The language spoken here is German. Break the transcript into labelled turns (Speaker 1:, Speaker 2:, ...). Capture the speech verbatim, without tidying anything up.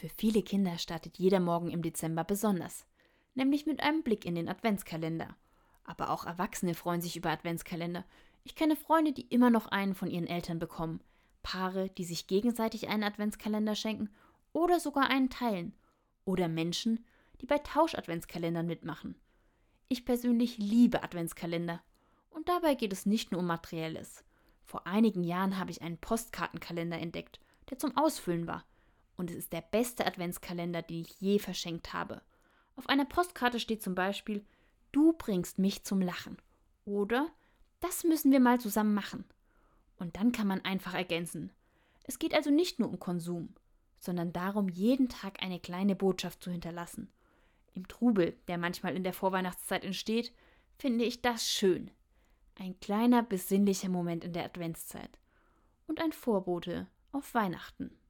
Speaker 1: Für viele Kinder startet jeder Morgen im Dezember besonders, nämlich mit einem Blick in den Adventskalender. Aber auch Erwachsene freuen sich über Adventskalender. Ich kenne Freunde, die immer noch einen von ihren Eltern bekommen, Paare, die sich gegenseitig einen Adventskalender schenken oder sogar einen teilen. Oder Menschen, die bei Tausch-Adventskalendern mitmachen. Ich persönlich liebe Adventskalender. Und dabei geht es nicht nur um Materielles. Vor einigen Jahren habe ich einen Postkartenkalender entdeckt, der zum Ausfüllen war. Und es ist der beste Adventskalender, den ich je verschenkt habe. Auf einer Postkarte steht zum Beispiel: Du bringst mich zum Lachen. Oder: Das müssen wir mal zusammen machen. Und dann kann man einfach ergänzen: Es geht also nicht nur um Konsum, sondern darum, jeden Tag eine kleine Botschaft zu hinterlassen. Im Trubel, der manchmal in der Vorweihnachtszeit entsteht, finde ich das schön. Ein kleiner besinnlicher Moment in der Adventszeit. Und ein Vorbote auf Weihnachten.